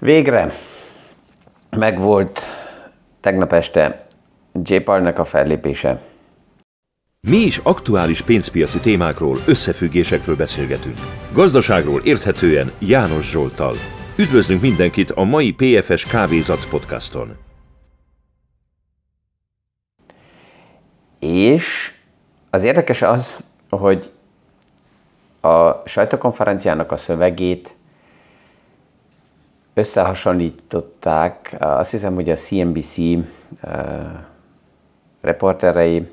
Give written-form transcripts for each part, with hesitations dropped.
Végre megvolt tegnap este Jay Powellnek a fellépése. Mi is aktuális pénzpiaci témákról, összefüggésekről beszélgetünk. Gazdaságról érthetően János Zsolttal. Üdvözlünk mindenkit a mai PFS Kávézac podcaston. És az érdekes az, hogy a sajtókonferenciának a szövegét összehasonlították, azt hiszem, hogy a CNBC reporterei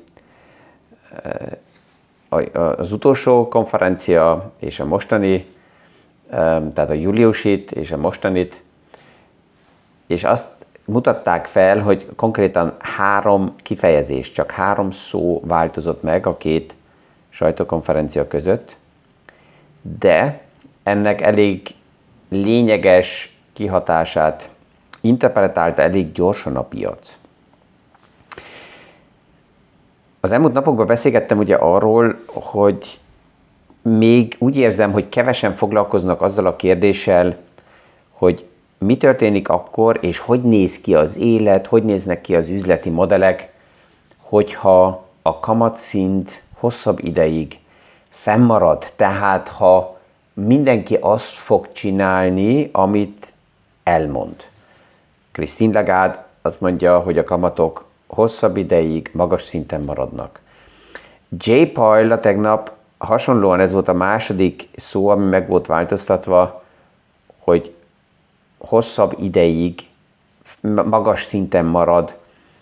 az utolsó konferencia és a mostani, tehát a júliusit és a mostanit, és azt mutatták fel, hogy konkrétan 3 kifejezés, csak 3 szó változott meg a két sajtókonferencia között, de ennek elég lényeges kihatását interpretálta elég gyorsan a piac. Az elmúlt napokban beszélgettem ugye arról, hogy még úgy érzem, hogy kevesen foglalkoznak azzal a kérdéssel, hogy mi történik akkor, és hogy néz ki az élet, hogy néznek ki az üzleti modellek, hogyha a kamatszint hosszabb ideig fennmarad. Tehát, ha mindenki azt fog csinálni, amit elmond. Christine Lagarde azt mondja, hogy a kamatok hosszabb ideig magas szinten maradnak. Jay Powell tegnap hasonlóan ez volt a második szó, ami meg volt változtatva, hogy hosszabb ideig magas szinten marad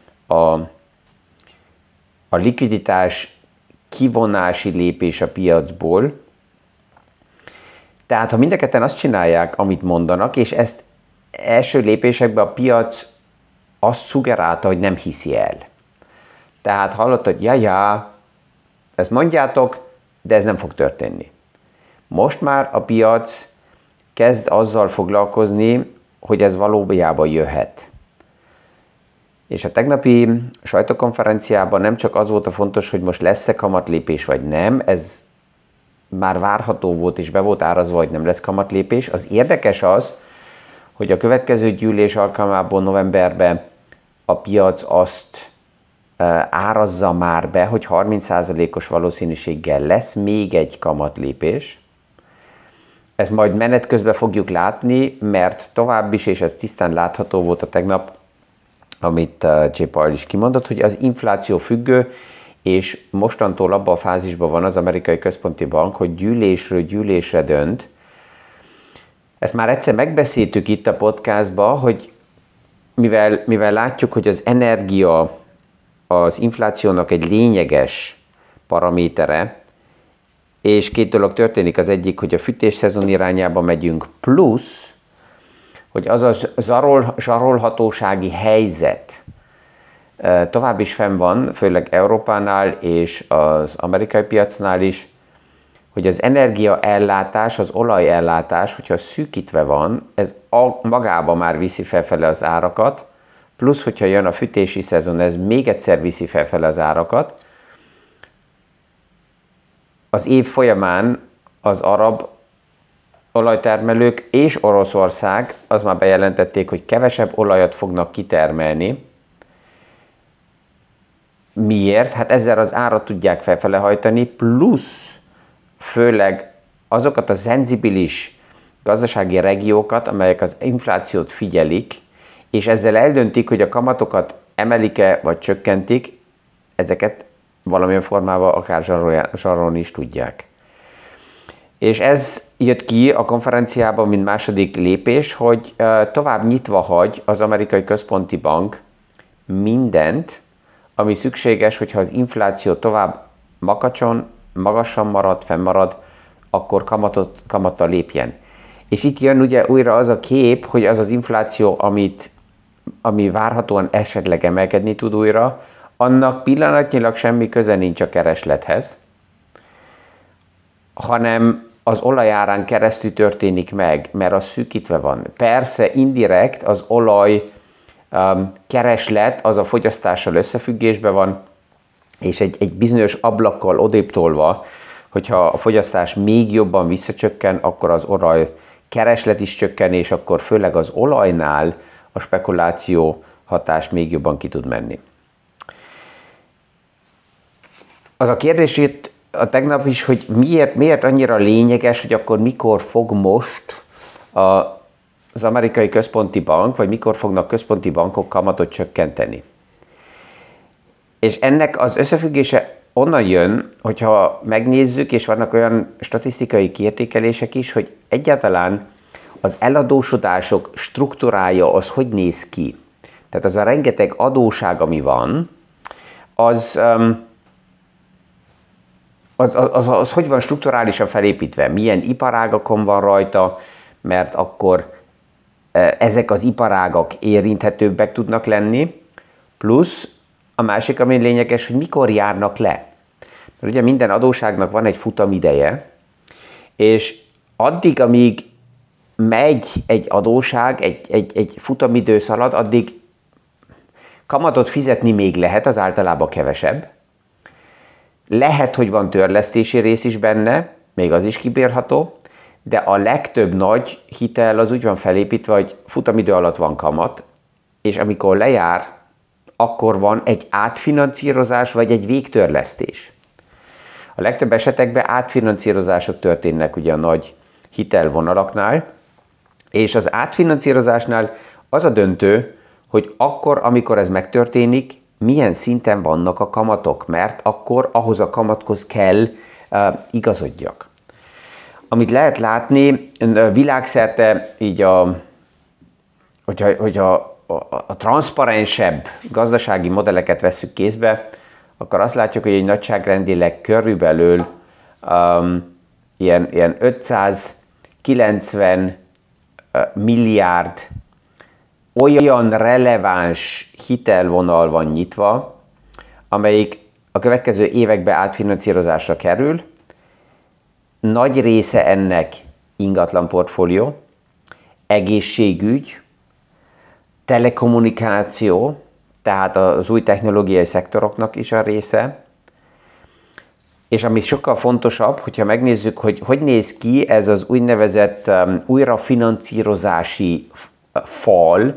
a likviditás kivonási lépés a piacból. Tehát, ha mind a ketten azt csinálják, amit mondanak, és ezt első lépésekben a piac azt szugerálta, hogy nem hiszi el. Tehát hallott, hogy ezt mondjátok, de ez nem fog történni. Most már a piac kezd azzal foglalkozni, hogy ez valójában jöhet. És a tegnapi sajtókonferenciában nem csak az volt a fontos, hogy most lesz-e kamatlépés vagy nem, ez már várható volt és be volt árazva, hogy nem lesz kamatlépés. Az érdekes az, hogy a következő gyűlés alkalmából novemberben a piac azt árazza már be, hogy 30%-os valószínűséggel lesz még egy kamatlépés. Ezt majd menet közben fogjuk látni, mert tovább is, és ez tisztán látható volt a tegnap, amit Jay Powell is kimondott, hogy az infláció függő, és mostantól abban a fázisban van az Amerikai Központi Bank, hogy gyűlésről gyűlésre dönt. Ezt már egyszer megbeszéltük itt a podcastban, hogy mivel látjuk, hogy az energia az inflációnak egy lényeges paramétere, és 2 dolog történik. Az egyik, hogy a fűtésszezon irányába megyünk, plusz, hogy az a zsarolhatósági helyzet tovább is fenn van, főleg Európánál és az amerikai piacnál is, hogy az energiaellátás, az olajellátás, hogyha szűkítve van, ez magában már viszi felfele az árakat, plusz, hogyha jön a fűtési szezon, ez még egyszer viszi felfele az árakat. Az év folyamán az arab olajtermelők és Oroszország az már bejelentették, hogy kevesebb olajat fognak kitermelni. Miért? Hát ezzel az árat tudják felfele hajtani, plusz főleg azokat a szenzibilis gazdasági regiókat, amelyek az inflációt figyelik, és ezzel eldöntik, hogy a kamatokat emelik-e vagy csökkentik, ezeket valamilyen formában akár zsarolni is tudják. És ez jött ki a konferenciában, mint második lépés, hogy tovább nyitva hagy az Amerikai Központi Bank mindent, ami szükséges, hogyha az infláció tovább magasan marad, fennmarad, akkor kamattal lépjen. És itt jön ugye újra az a kép, hogy az az infláció, ami várhatóan esetleg emelkedni tud újra, annak pillanatnyilag semmi köze nincs a kereslethez, hanem az olajárán keresztül történik meg, mert az szűkítve van. Persze indirekt az olaj kereslet az a fogyasztással összefüggésben van, és egy bizonyos ablakkal odébb tolva, hogyha a fogyasztás még jobban visszacsökken, akkor az olaj kereslet is csökken, és akkor főleg az olajnál a spekuláció hatás még jobban ki tud menni. Az a kérdés itt a tegnap is, hogy miért annyira lényeges, hogy akkor mikor fog most az amerikai központi bank, vagy mikor fognak központi bankok kamatot csökkenteni. És ennek az összefüggése onnan jön, hogyha megnézzük, és vannak olyan statisztikai kiértékelések is, hogy egyáltalán az eladósodások struktúrája az hogy néz ki. Tehát az a rengeteg adóság, ami van, az hogy van strukturálisan felépítve, milyen iparágakon van rajta, mert akkor ezek az iparágak érinthetőbbek tudnak lenni, plusz a másik, ami lényeges, hogy mikor járnak le. Mert ugye minden adóságnak van egy futamideje, és addig, amíg megy egy adóság, egy futamidősz alatt, addig kamatot fizetni még lehet, az általában kevesebb. Lehet, hogy van törlesztési rész is benne, még az is kibírható, de a legtöbb nagy hitel az úgy van felépítve, hogy futamidő alatt van kamat, és amikor lejár, akkor van egy átfinanszírozás vagy egy végtörlesztés. A legtöbb esetekben átfinanszírozások történnek ugye a nagy hitelvonalaknál, és az átfinanszírozásnál az a döntő, hogy akkor, amikor ez megtörténik, milyen szinten vannak a kamatok, mert akkor ahhoz a kamathoz kell igazodjak. Amit lehet látni, világszerte így hogyha a transzparensebb gazdasági modelleket vesszük kézbe, akkor azt látjuk, hogy egy nagyságrendileg körülbelül ilyen 590 milliárd olyan releváns hitelvonal van nyitva, amelyik a következő években átfinanszírozásra kerül. Nagy része ennek ingatlan portfólió, egészségügy, telekommunikáció, tehát az új technológiai szektoroknak is a része. És ami sokkal fontosabb, hogyha megnézzük, hogy néz ki ez az úgynevezett újrafinanszírozási fal,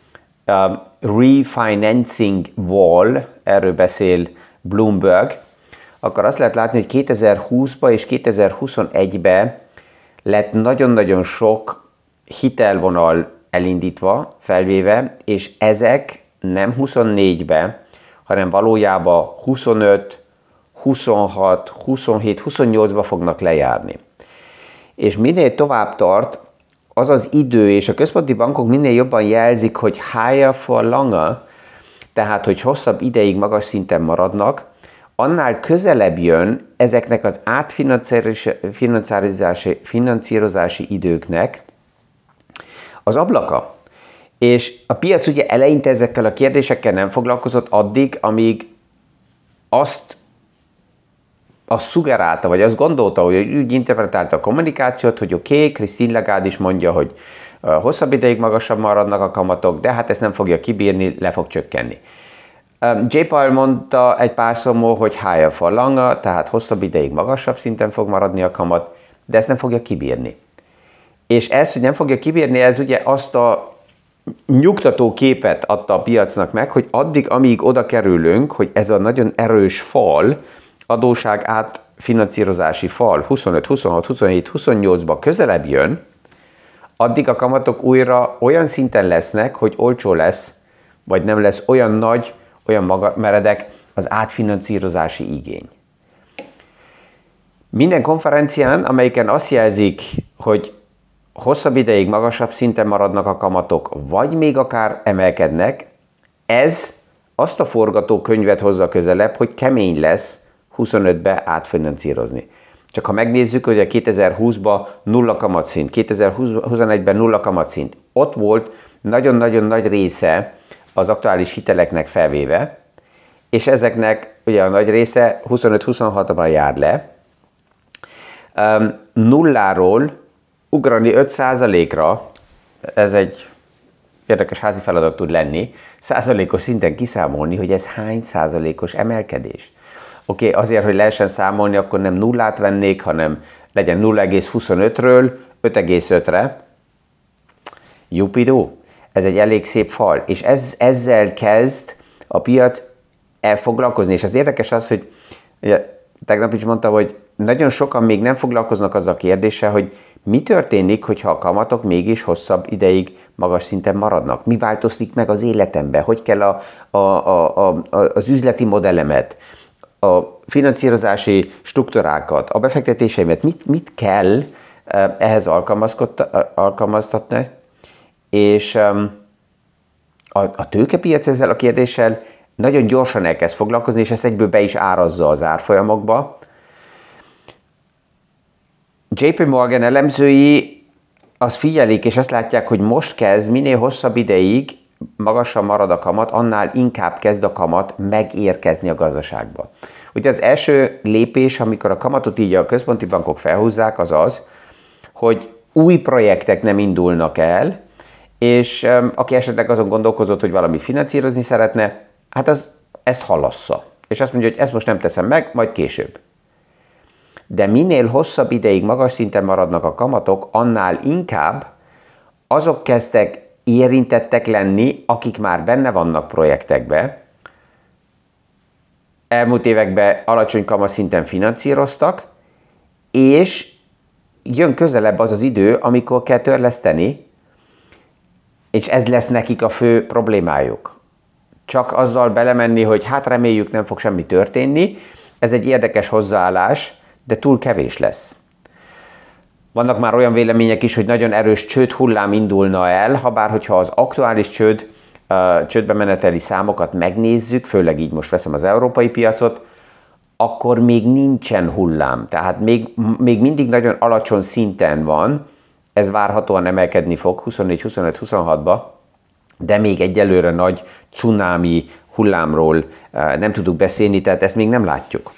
refinancing wall, erről beszél Bloomberg, akkor azt lehet látni, hogy 2020-ban és 2021-ben lett nagyon-nagyon sok hitelvonal elindítva, felvéve, és ezek nem 24-ben, hanem valójában 25, 26, 27, 28-ba fognak lejárni. És minél tovább tart, az az idő, és a központi bankok minél jobban jelzik, hogy higher for longer, tehát hogy hosszabb ideig magas szinten maradnak, annál közelebb jön ezeknek az átfinanszírozási időknek az ablaka. És a piac ugye eleinte ezekkel a kérdésekkel nem foglalkozott addig, amíg azt szuggerálta, vagy azt gondolta, hogy úgy interpretálta a kommunikációt, hogy oké, Christine Lagarde is mondja, hogy hosszabb ideig magasabb maradnak a kamatok, de hát ezt nem fogja kibírni, le fog csökkenni. J. Powell mondta egy pár szomó, hogy higher for longer, tehát hosszabb ideig magasabb szinten fog maradni a kamat, de ezt nem fogja kibírni. És ez, hogy nem fogja kibírni, ez ugye azt a nyugtató képet adta a piacnak meg, hogy addig, amíg oda kerülünk, hogy ez a nagyon erős fal, adóság átfinanszírozási fal 25, 26, 27, 28-ba közelebb jön, addig a kamatok újra olyan szinten lesznek, hogy olcsó lesz, vagy nem lesz olyan nagy, olyan meredek az átfinanszírozási igény. Minden konferencián, amelyiken azt jelzik, hogy hosszabb ideig magasabb szinten maradnak a kamatok, vagy még akár emelkednek, ez azt a forgatókönyvet hozza közelebb, hogy kemény lesz 25-be átfinanszírozni. Csak ha megnézzük, hogy a 2020-ban nulla kamatszint, 2021-ben nulla kamatszint, ott volt nagyon-nagyon nagy része az aktuális hiteleknek felvéve, és ezeknek ugye a nagy része 25-26-ban jár le. Nulláról ugrani 5%-ra, ez egy érdekes házi feladat tud lenni, százalékos szinten kiszámolni, hogy ez hány százalékos emelkedés. Oké, azért, hogy lehessen számolni, akkor nem nullát vennék, hanem legyen 0,25-ről 5,5-re. Jupidó, ez egy elég szép fal, és ezzel kezd a piac foglalkozni, és az érdekes az, hogy ugye, tegnap is mondtam, hogy nagyon sokan még nem foglalkoznak azzal a kérdéssel, hogy mi történik, hogyha a kamatok mégis hosszabb ideig magas szinten maradnak. Mi változik meg az életemben? Hogy kell az üzleti modellemet, a finanszírozási struktúrákat, a befektetéseimet, mit kell ehhez alkalmaztatni? És a tőkepiac ezzel a kérdéssel nagyon gyorsan elkezd foglalkozni, és ezt egyből be is árazza az árfolyamokba. JP Morgan elemzői azt figyelik, és azt látják, hogy most kezd, minél hosszabb ideig magasan marad a kamat, annál inkább kezd a kamat megérkezni a gazdaságba. Ugye az első lépés, amikor a kamatot így a központi bankok felhúzzák, az az, hogy új projektek nem indulnak el, és aki esetleg azon gondolkozott, hogy valamit finanszírozni szeretne, hát ezt halassza. És azt mondja, hogy ezt most nem teszem meg, majd később. De minél hosszabb ideig magas szinten maradnak a kamatok, annál inkább azok kezdtek érintettek lenni, akik már benne vannak projektekbe, elmúlt években alacsony kamatszinten finanszíroztak, és jön közelebb az az idő, amikor kell törleszteni, és ez lesz nekik a fő problémájuk. Csak azzal belemenni, hogy hát reméljük nem fog semmi történni, ez egy érdekes hozzáállás, de túl kevés lesz. Vannak már olyan vélemények is, hogy nagyon erős csődhullám indulna el, habár hogyha az aktuális csődbe meneteli számokat megnézzük, főleg így most veszem az európai piacot, akkor még nincsen hullám. Tehát még mindig nagyon alacsony szinten van, ez várhatóan emelkedni fog 24-25-26-ba, de még egyelőre nagy cunami hullámról nem tudunk beszélni, tehát ezt még nem látjuk.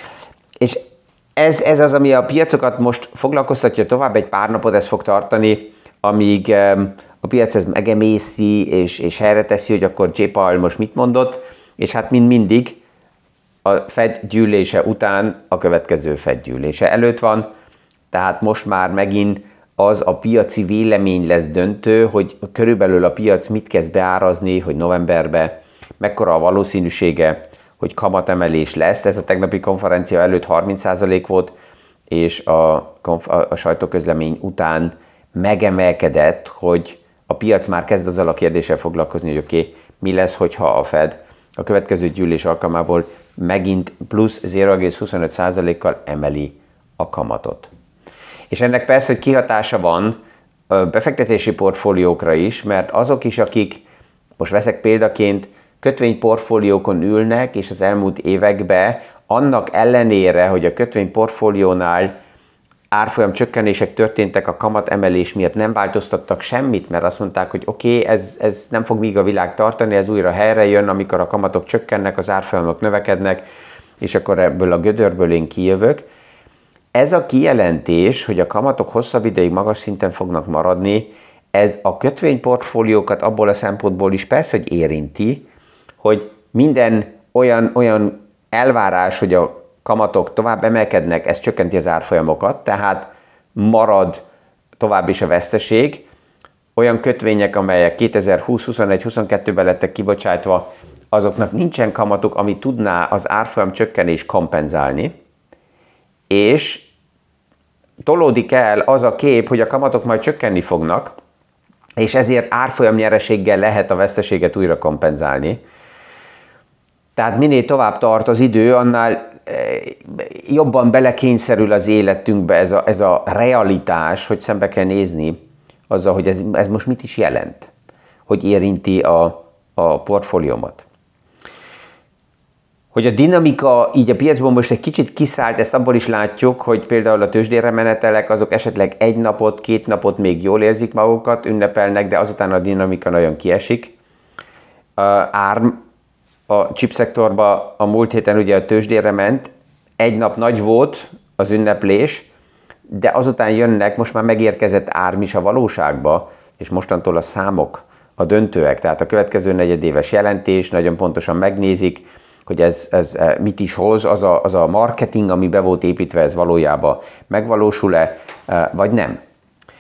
És ez az, ami a piacokat most foglalkoztatja tovább, egy pár napot ez fog tartani, amíg a piac ez megemészi és helyre teszi, hogy akkor J. Powell most mit mondott, és hát mind mindig a Fed gyűlése után a következő Fed gyűlése előtt van, tehát most már megint az a piaci vélemény lesz döntő, hogy körülbelül a piac mit kezd beárazni, hogy novemberben mekkora a valószínűsége, hogy kamatemelés lesz. Ez a tegnapi konferencia előtt 30% volt, és a sajtóközlemény után megemelkedett, hogy a piac már kezd azzal a kérdéssel foglalkozni, hogy oké, mi lesz, hogyha a Fed a következő gyűlés alkalmából megint plusz 0,25%-kal emeli a kamatot. És ennek persze, hogy kihatása van befektetési portfóliókra is, mert azok is, akik, most veszek példaként, kötvényportfóliókon ülnek, és az elmúlt években annak ellenére, hogy a kötvényportfóliónál árfolyam csökkenések történtek, a kamatemelés miatt nem változtattak semmit, mert azt mondták, hogy oké, ez nem fog még a világ tartani, ez újra helyre jön, amikor a kamatok csökkennek, az árfolyamok növekednek, és akkor ebből a gödörből én kijövök. Ez a kijelentés, hogy a kamatok hosszabb ideig magas szinten fognak maradni, ez a kötvényportfóliókat abból a szempontból is persze, hogy érinti, hogy minden olyan elvárás, hogy a kamatok tovább emelkednek, ez csökkenti az árfolyamokat, tehát marad tovább is a veszteség. Olyan kötvények, amelyek 2020, 21, 22-ben lettek kibocsátva, azoknak nincsen kamatuk, ami tudná az árfolyam csökkenés kompenzálni, és tolódik el az a kép, hogy a kamatok majd csökkenni fognak, és ezért árfolyamnyereséggel lehet a veszteséget újra kompenzálni. Tehát minél tovább tart az idő, annál jobban belekényszerül az életünkbe ez a realitás, hogy szembe kell nézni azzal, hogy ez most mit is jelent, hogy érinti a portfóliómat. Hogy a dinamika így a piacban most egy kicsit kiszállt, ezt abból is látjuk, hogy például a tőzsdére menetelek, azok esetleg egy napot, 2 napot még jól érzik magukat, ünnepelnek, de azután a dinamika nagyon kiesik. A chipszektorban a múlt héten ugye a tőzsdére ment, egy nap nagy volt az ünneplés, de azután jönnek, most már megérkezett ARM is a valóságba, és mostantól a számok a döntőek, tehát a következő negyedéves jelentés nagyon pontosan megnézik, hogy ez mit is hoz, az a marketing, ami be volt építve, ez valójában megvalósul-e, vagy nem.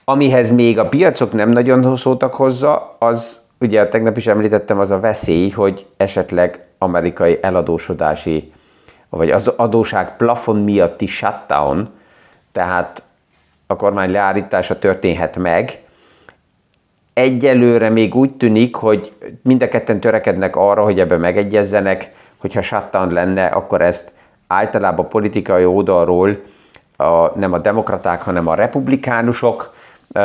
Amihez még a piacok nem nagyon szóltak hozzá, az ugye tegnap is említettem, az a veszély, hogy esetleg amerikai eladósodási, vagy az adóság plafon miatti shutdown, tehát a kormány leállítása történhet meg. Egyelőre még úgy tűnik, hogy mind a ketten törekednek arra, hogy ebben megegyezzenek, hogyha shutdown lenne, akkor ezt általában politikai oldalról nem a demokraták, hanem a republikánusok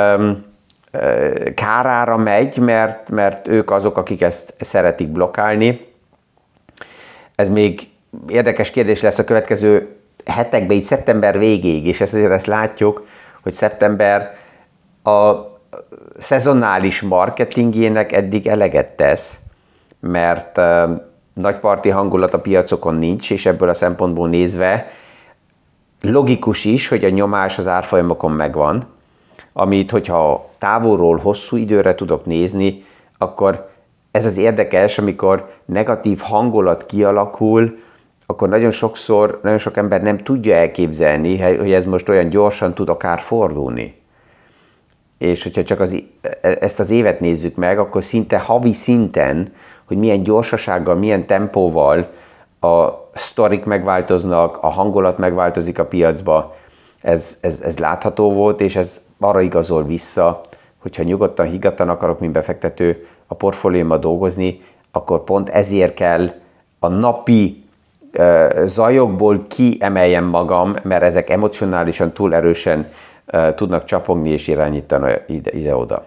kárára megy, mert ők azok, akik ezt szeretik blokkálni. Ez még érdekes kérdés lesz a következő hetekben, így szeptember végéig, és ezt látjuk, hogy szeptember a szezonális marketingjének eddig eleget tesz, mert nagy parti hangulat a piacokon nincs, és ebből a szempontból nézve logikus is, hogy a nyomás az árfolyamokon megvan, amit, hogyha távolról hosszú időre tudok nézni, akkor ez az érdekes, amikor negatív hangulat kialakul, akkor nagyon sokszor, nagyon sok ember nem tudja elképzelni, hogy ez most olyan gyorsan tud akár fordulni. És hogyha csak ezt az évet nézzük meg, akkor szinte havi szinten, hogy milyen gyorsasággal, milyen tempóval a sztorik megváltoznak, a hangulat megváltozik a piacba, ez látható volt, és ez arra igazol vissza, hogyha nyugodtan, higgadtan akarok, mint befektető a portfóliómmal dolgozni, akkor pont ezért kell a napi zajokból kiemeljem magam, mert ezek emocionálisan túl erősen tudnak csapogni és irányítani ide-oda.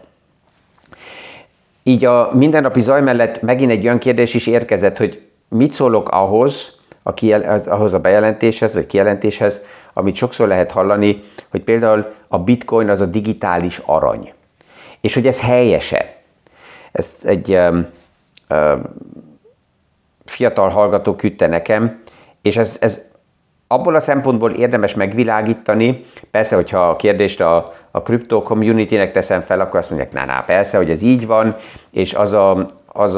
Így a mindennapi zaj mellett megint egy olyan kérdés is érkezett, hogy mit szólok ahhoz a bejelentéshez, vagy kijelentéshez, amit sokszor lehet hallani, hogy például a bitcoin az a digitális arany. És hogy ez helyese. Ezt egy fiatal hallgató küldte nekem, és ez abból a szempontból érdemes megvilágítani. Persze, hogyha a kérdést a crypto community-nek teszem fel, akkor azt mondják, persze, hogy ez így van, és az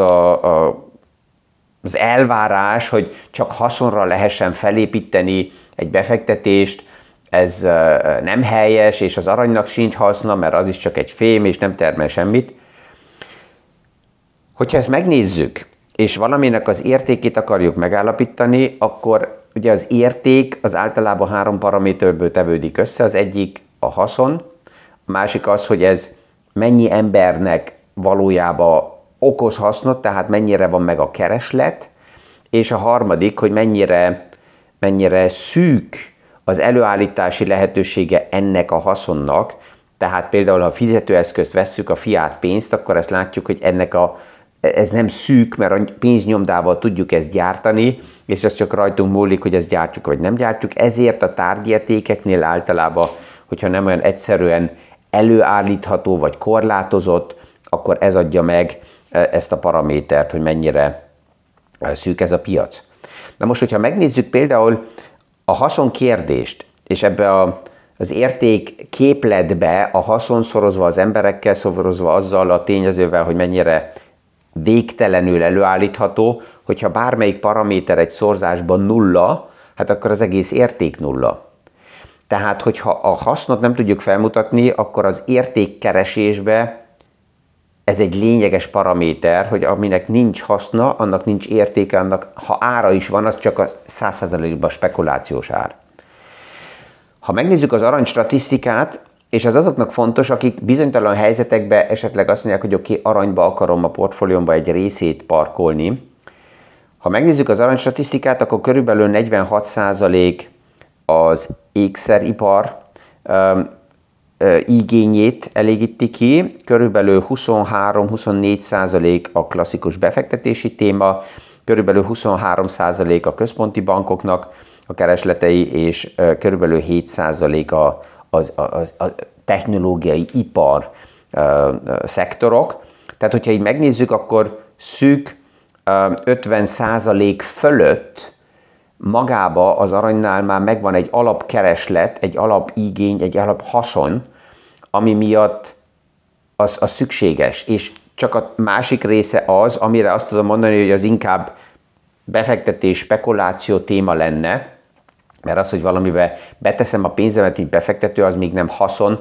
elvárás, hogy csak haszonra lehessen felépíteni egy befektetést, ez nem helyes, és az aranynak sincs haszna, mert az is csak egy fém, és nem termel semmit. Hogyha ezt megnézzük, és valaminek az értékét akarjuk megállapítani, akkor ugye az érték az általában 3 paraméterből tevődik össze. Az egyik a haszon, a másik az, hogy ez mennyi embernek valójában okoz hasznot, tehát mennyire van meg a kereslet, és a harmadik, hogy mennyire szűk az előállítási lehetősége ennek a haszonnak. Tehát például, ha a fizetőeszközt vesszük, a fiát pénzt, akkor ezt látjuk, hogy ez nem szűk, mert a pénznyomdával tudjuk ezt gyártani, és ez csak rajtunk múlik, hogy ezt gyártjuk vagy nem gyártjuk. Ezért a tárgyértékeknél általában, hogyha nem olyan egyszerűen előállítható vagy korlátozott, akkor ez adja meg ezt a paramétert, hogy mennyire szűk ez a piac. Na most, hogyha megnézzük például a haszonkérdést, és ebbe az érték képletbe a haszon szorozva az emberekkel, szorozva azzal a tényezővel, hogy mennyire végtelenül előállítható, hogyha bármelyik paraméter egy szorzásban 0, hát akkor az egész érték 0. Tehát, hogyha a hasznot nem tudjuk felmutatni, akkor az értékkeresésbe ez egy lényeges paraméter, hogy aminek nincs haszna, annak nincs értéke, annak ha ára is van, az csak a 100%-ban spekulációs ár. Ha megnézzük az arany statisztikát, és az azoknak fontos, akik bizonytalan helyzetekben esetleg azt mondják, hogy oké, aranyba akarom a portfóliómba egy részét parkolni. Ha megnézzük az arany statisztikát, akkor körülbelül 46% az ékszeripar igényét elégíti ki, körülbelül 23-24% a klasszikus befektetési téma, körülbelül 23% a központi bankoknak a keresletei, és körülbelül 7% a technológiai ipar szektorok. Tehát, hogyha így megnézzük, akkor szűk 50% fölött magába az aranynál már megvan egy alapkereslet, egy alapigény, egy alaphaszon, ami miatt az szükséges. És csak a másik része az, amire azt tudom mondani, hogy az inkább befektetés, spekuláció téma lenne, mert az, hogy valamibe beteszem a pénzemet, így befektető, az még nem haszon,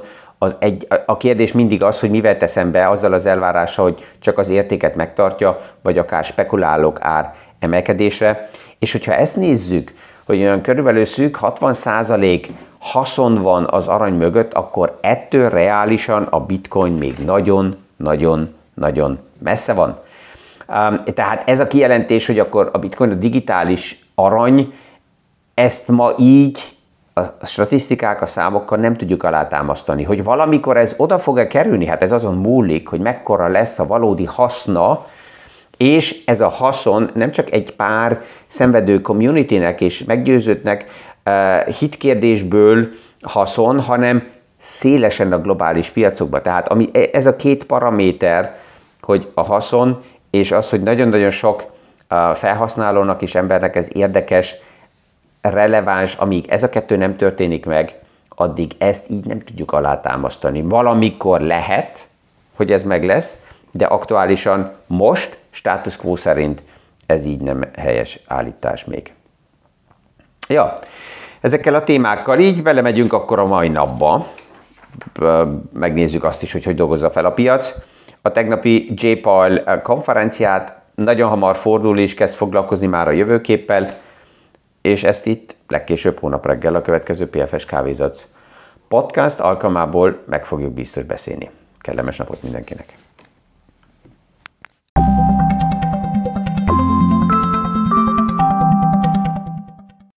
a kérdés mindig az, hogy mivel teszem be azzal az elvárással, hogy csak az értéket megtartja, vagy akár spekulálok ár emelkedésre. És hogyha ezt nézzük, hogy olyan körülbelül szűk 60% haszon van az arany mögött, akkor ettől reálisan a bitcoin még nagyon-nagyon-nagyon messze van. Tehát ez a kijelentés, hogy akkor a bitcoin a digitális arany, ezt ma így a statisztikák, a számokkal nem tudjuk alátámasztani. Hogy valamikor ez oda fog-e kerülni, hát ez azon múlik, hogy mekkora lesz a valódi haszna, és ez a haszon nem csak egy pár szenvedő communitynek és meggyőződnek hitkérdésből haszon, hanem szélesen a globális piacokban. Tehát ez a két paraméter, hogy a haszon és az, hogy nagyon-nagyon sok felhasználónak és embernek ez érdekes, releváns, amíg ez a kettő nem történik meg, addig ezt így nem tudjuk alátámasztani. Valamikor lehet, hogy ez meg lesz, de aktuálisan most, status quo szerint ez így nem helyes állítás még. Ja, ezekkel a témákkal így belemegyünk akkor a mai napba. Megnézzük azt is, hogy dolgozza fel a piac. A tegnapi J-Powell konferenciát nagyon hamar fordul és kezd foglalkozni már a jövőképpel, és ezt itt legkésőbb hónap reggel a következő PFS Kávézac podcast alkalmából meg fogjuk biztos beszélni. Kellemes napot mindenkinek!